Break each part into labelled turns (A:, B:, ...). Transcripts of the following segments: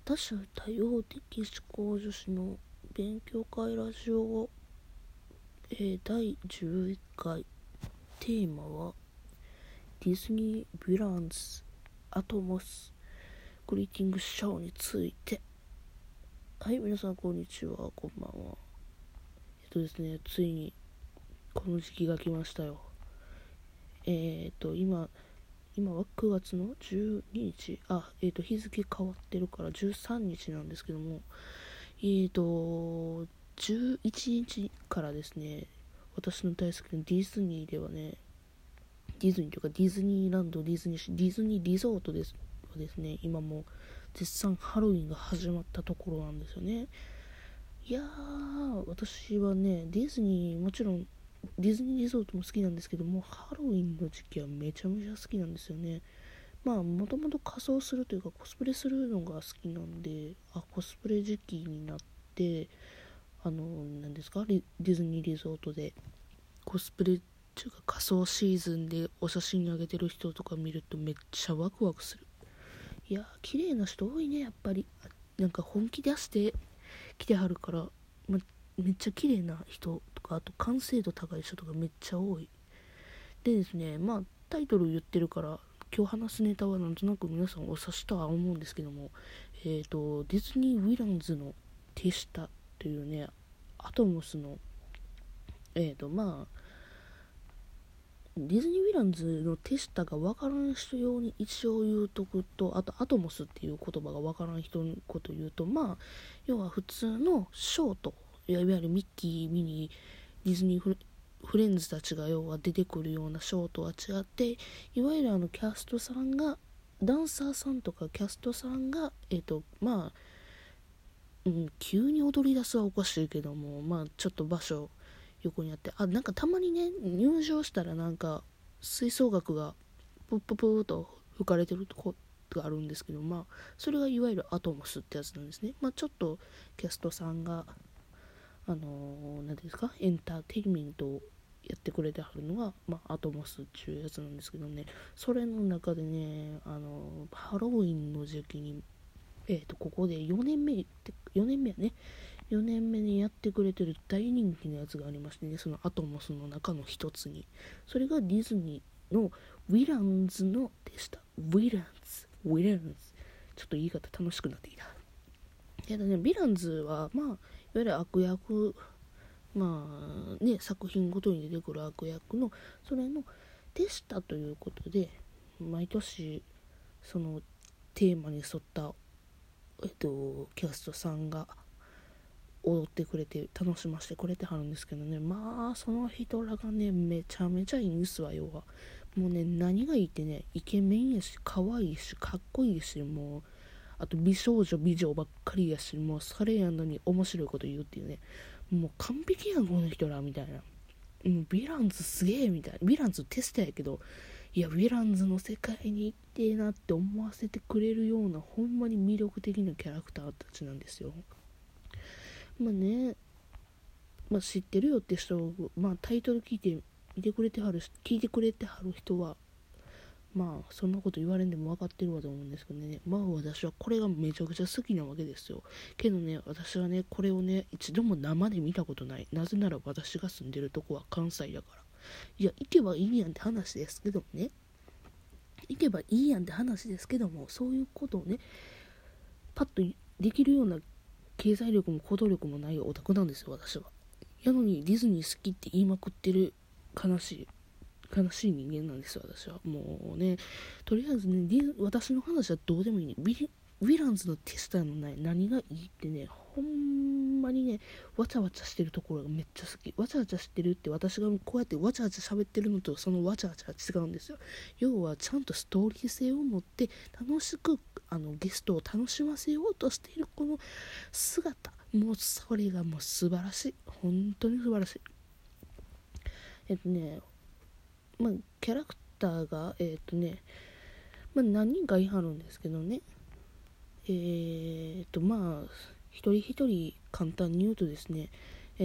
A: 多種多様的思考女子の勉強会ラジオ、第11回テーマはディズニーヴィランズアトモスグリーティングショーについて。はい、皆さんこんにちは、こんばんは。ですね、ついにこの時期が来ましたよ。今は9月の12日、日付変わってるから13日なんですけども、11日からですね、私の大好きなディズニーではね、ディズニーというかディズニーランド、ディズニーシー、ディズニーリゾートです今もう絶賛ハロウィンが始まったところなんですよね。いやー、私はね、ディズニー、もちろんディズニーリゾートも好きなんですけども、ハロウィンの時期はめちゃめちゃ好きなんですよね。もともと仮装するというかコスプレするのが好きなんで、コスプレ時期になって、何ですか、ディズニーリゾートでコスプレっていうか仮装シーズンでお写真上げてる人とか見るとめっちゃワクワクする。いやー、綺麗な人多いね、やっぱり。なんか本気出して来てはるから、めっちゃ綺麗な人とか、あと完成度高い人とかめっちゃ多い。でですね、タイトル言ってるから今日話すネタはなんとなく皆さんお察しとは思うんですけども、ディズニー・ヴィランズの手下というね、アトモスのディズニー・ヴィランズの手下が分からん人用に一応言うとくと、あとアトモスっていう言葉が分からん人のこと言うと、要は普通のショート、いわゆるミッキー、ミニー、ディズニーフレンズたちが要は出てくるようなショーとは違って、いわゆるキャストさんが、ダンサーさんとかキャストさんが急に踊り出すはおかしいけども、ちょっと場所横にあって、なんかたまにね、入場したらなんか吹奏楽がプッププーと吹かれてるとこがあるんですけど、それがいわゆるアトモスってやつなんですね。ちょっとキャストさんが何ですか、エンターテインメントをやってくれてはるのが、アトモスっていうやつなんですけどね、それの中でね、ハロウィンの時期にここで4年目やね、4年目にやってくれてる大人気のやつがありましてね、そのアトモスの中の一つに、それがディズニーのヴィランズのでした。ヴィランズ、ちょっと言い方楽しくなってきた。ヴィランズはいわゆる悪役、作品ごとに出てくる悪役のそれの手下ということで、毎年そのテーマに沿ったキャストさんが踊ってくれて楽しませてくれてはるんですけどね、その人らがねめちゃめちゃいいんですわ。要はもうね、何がいいってね、イケメンやし可愛いしかっこいいし、もうあと美少女美女ばっかりやし、もうそれやのに面白いこと言うっていうね、もう完璧やんこの人らみたいな。もうヴィランズすげえみたいな。ヴィランズテストやけど、いやヴィランズの世界に行ってえなって思わせてくれるような、ほんまに魅力的なキャラクターたちなんですよ。知ってるよって人、タイトル聞いてくれてはる人はそんなこと言われんでも分かってるわと思うんですけどね、私はこれがめちゃくちゃ好きなわけですよ。けどね、私はねこれをね一度も生で見たことない。なぜなら私が住んでるとこは関西だから。いや、行けばいいやんって話ですけどもね、そういうことをねパッとできるような経済力も行動力もないオタクなんですよ、私は。やのにディズニー好きって言いまくってる悲しい人間なんですよ、私は。もうね、とりあえずね、私の話はどうでもいいね。ヴィランズのテスターのない何がいいってね、ほんまにね、わちゃわちゃしてるところがめっちゃ好き。わちゃわちゃしてるって、私がこうやってわちゃわちゃ喋ってるのとそのわちゃわちゃ違うんですよ。要はちゃんとストーリー性を持って楽しくゲストを楽しませようとしているこの姿、もうそれがもう素晴らしい。本当に素晴らしい。キャラクターが何人かいはるんですけどね、一人一人簡単に言うとですね、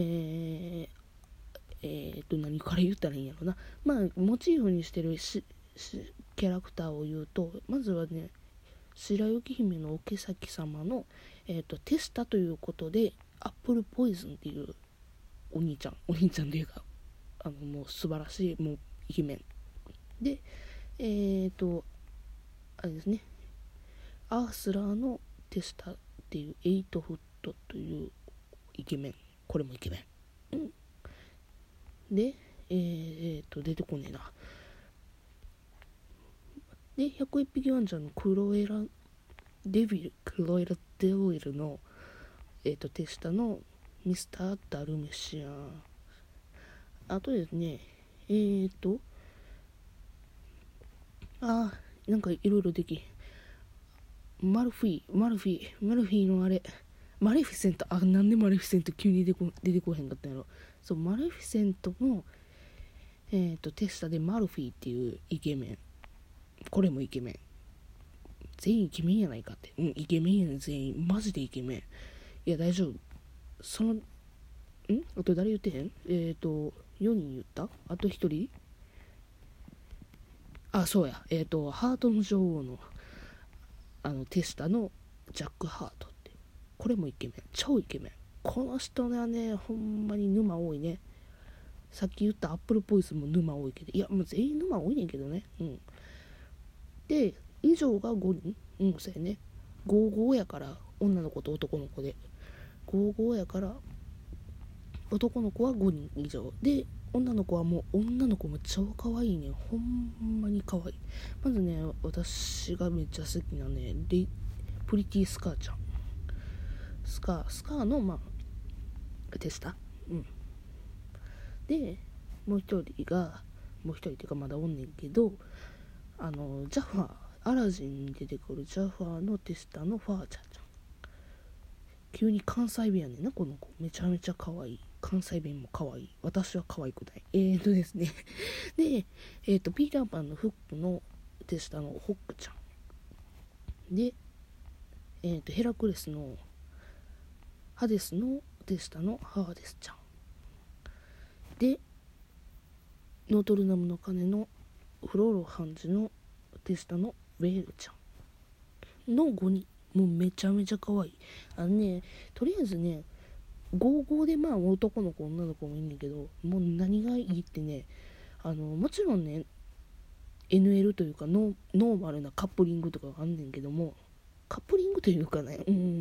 A: 何から言ったらいいんやろな。モチーフにしてるキャラクターを言うと、まずはね、 白雪姫のお妃様の、テスタということでアップルポイズンっていうお兄ちゃんというかもう素晴らしいもうイケメンで、あれですね、アースラーのテスタっていう8フットというイケメン、これもイケメン、で出てこねえな。で101匹ワンちゃんのクロエラデビルのテスタのミスター・ダルメシアン、あとですねなんかいろいろできマルフィのあれマレフィセント、なんでマレフィセント急に出てこへんかったんやろ。そう、マレフィセントのテスタでマルフィっていうイケメン、これもイケメン、全員イケメンやないかって。イケメンやねん、全員マジでイケメン。いや大丈夫、あと誰言ってへん4人言った、あと1人、そうや、ハートの女王のテスタのジャック・ハートって、これもイケメン、超イケメン。この人はねほんまに沼多いね。さっき言ったアップルポイズンも沼多いけど、いやもう全員沼多いねんけどね。で以上が5人、そうやね、55やから、女の子と男の子で55やから男の子は5人以上で、女の子はもう女の子も超可愛いね、ほんまに可愛い。まずね、私がめっちゃ好きなねプリティスカーちゃん、スカーのテスタ、でもう一人っていうかまだおんねんけど、ジャファー、アラジンに出てくるジャファーのテスタのファーチャーちゃん、急に関西弁やねんなこの子、めちゃめちゃ可愛い、関西弁も可愛い、私は可愛くない。ですねでピーターパンのフックのテスタのホックちゃんで、ヘラクレスのハデスのテスタのハーデスちゃんで、ノートルダムの鐘のフローロハンズのテスタのウェールちゃんの5人、もうめちゃめちゃ可愛い。とりあえずね55で男の子女の子もいいんだけど、もう何がいいってね、もちろんね NL というかノーマルなカップリングとかがあんねんけども、カップリングというかね、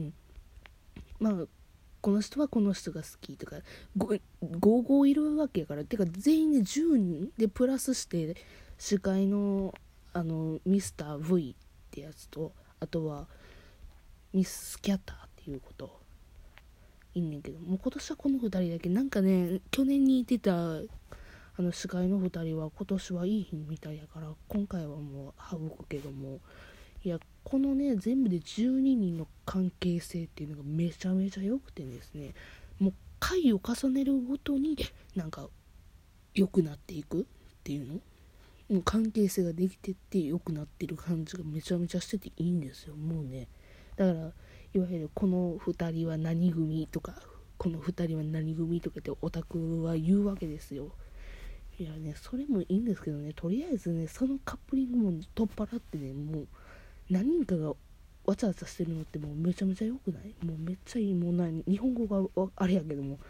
A: この人はこの人が好きとか55いるわけやから、てか全員で10人でプラスして司会のミスター V ってやつと、あとはミスキャッターっていうこといいんねんけど、もう今年はこの2人だけ、なんかね去年にいてた司会の2人は今年はいい日みたいやから、今回はもう省くけども、いやこのね全部で12人の関係性っていうのがめちゃめちゃ良くてですね、もう回を重ねるごとになんか良くなっていくっていうの、もう関係性ができてって良くなってる感じがめちゃめちゃしてていいんですよ。もうねだからいわゆるこの2人は何組とかこの2人は何組とかってオタクは言うわけですよ。いやねそれもいいんですけどね、とりあえずねそのカップリングも取っ払ってね、もう何人かがわちゃわちゃしてるのってもうめちゃめちゃ良くない？もうめっちゃいい。もう日本語があれやけども、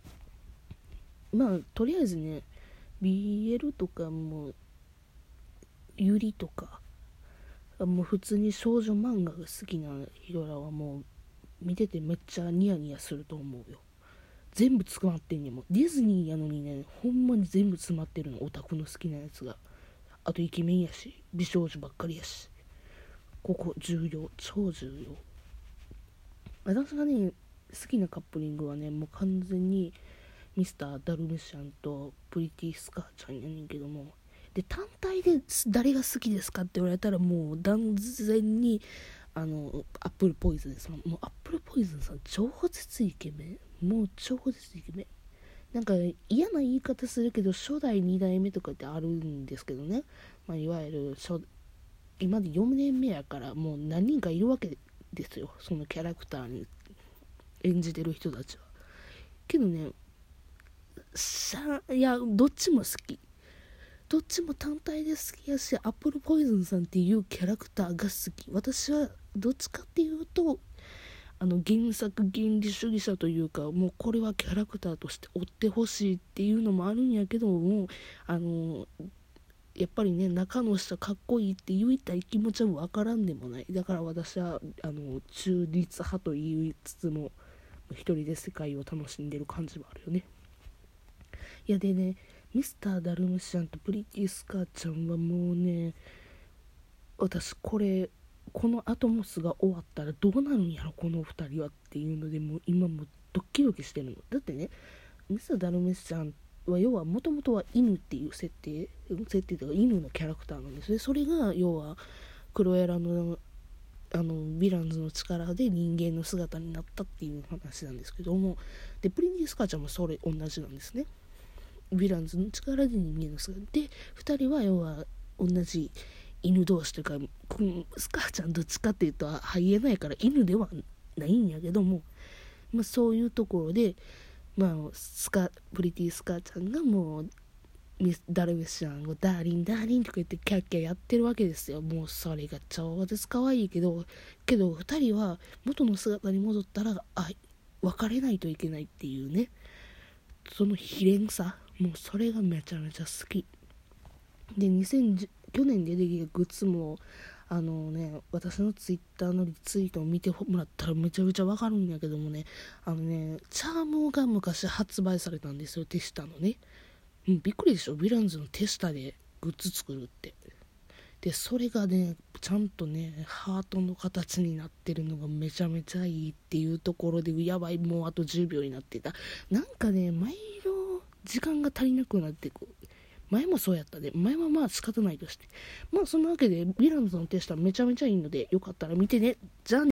A: とりあえずね BL とかもユリとかもう普通に少女漫画が好きな人らはもう見ててめっちゃニヤニヤすると思うよ。全部詰まってんねん。もうディズニーやのにねほんまに全部詰まってるの、オタクの好きなやつが。あとイケメンやし美少女ばっかりやし、ここ重要、超重要。私がね好きなカップリングはねもう完全にミスター・ダルメシャンとプリティ・スカーちゃんやねんけども、で単体で誰が好きですかって言われたらもう断然にアップルポイズンです。もうアップルポイズンさん超絶イケメン、もう超絶イケメン。なんか嫌な言い方するけど初代2代目とかってあるんですけどね、いわゆる今で4年目やからもう何人かいるわけですよ、そのキャラクターに演じてる人たちは。けどねいやどっちも好き。 どっちも単体で好きやし、アップルポイズンさんっていうキャラクターが好き。私はどっちかっていうと原作原理主義者というか、もうこれはキャラクターとして追ってほしいっていうのもあるんやけども、やっぱりね、中の人かっこいいって言いたい気持ちは分からんでもない。だから私は中立派と言いつつも一人で世界を楽しんでる感じはあるよね。いやでね、ミスターダルメシアンとプリティスカーちゃんはもうね、私このアトモスが終わったらどうなるんやろこの2人はっていうので、もう今もドッキドキしてるの。だってね、ミスターダルメシアンは要はもともとは犬っていう設定というか犬のキャラクターなんですね。それが要はクロエラのヴィランズの力で人間の姿になったっていう話なんですけども、でプリティスカーちゃんもそれ同じなんですね。ヴィランズの力で人間の姿で、2人は要は同じ犬同士というか、スカーちゃんどっちかっていうとハイエナやから犬ではないんやけども、そういうところで、プリティスカーちゃんがもうダルメシアンをダーリンダーリンとか言ってキャッキャやってるわけですよ。もうそれが超絶可愛いけど2人は元の姿に戻ったら別れないといけないっていうね、その悲恋さ、もうそれがめちゃめちゃ好きで、去年出てきたグッズも私のツイッターのリツイートを見てもらったらめちゃめちゃわかるんやけどもね、チャームが昔発売されたんですよ、手下のね。びっくりでしょ、ヴィランズの手下でグッズ作るって。でそれがねちゃんとねハートの形になってるのがめちゃめちゃいいっていうところで、やばい、もうあと10秒になってた。なんかね毎度時間が足りなくなってくる。前もそうやったで、前はまあ仕方ないとして、そんなわけでヴィランズの手下めちゃめちゃいいので、よかったら見てね。じゃあね。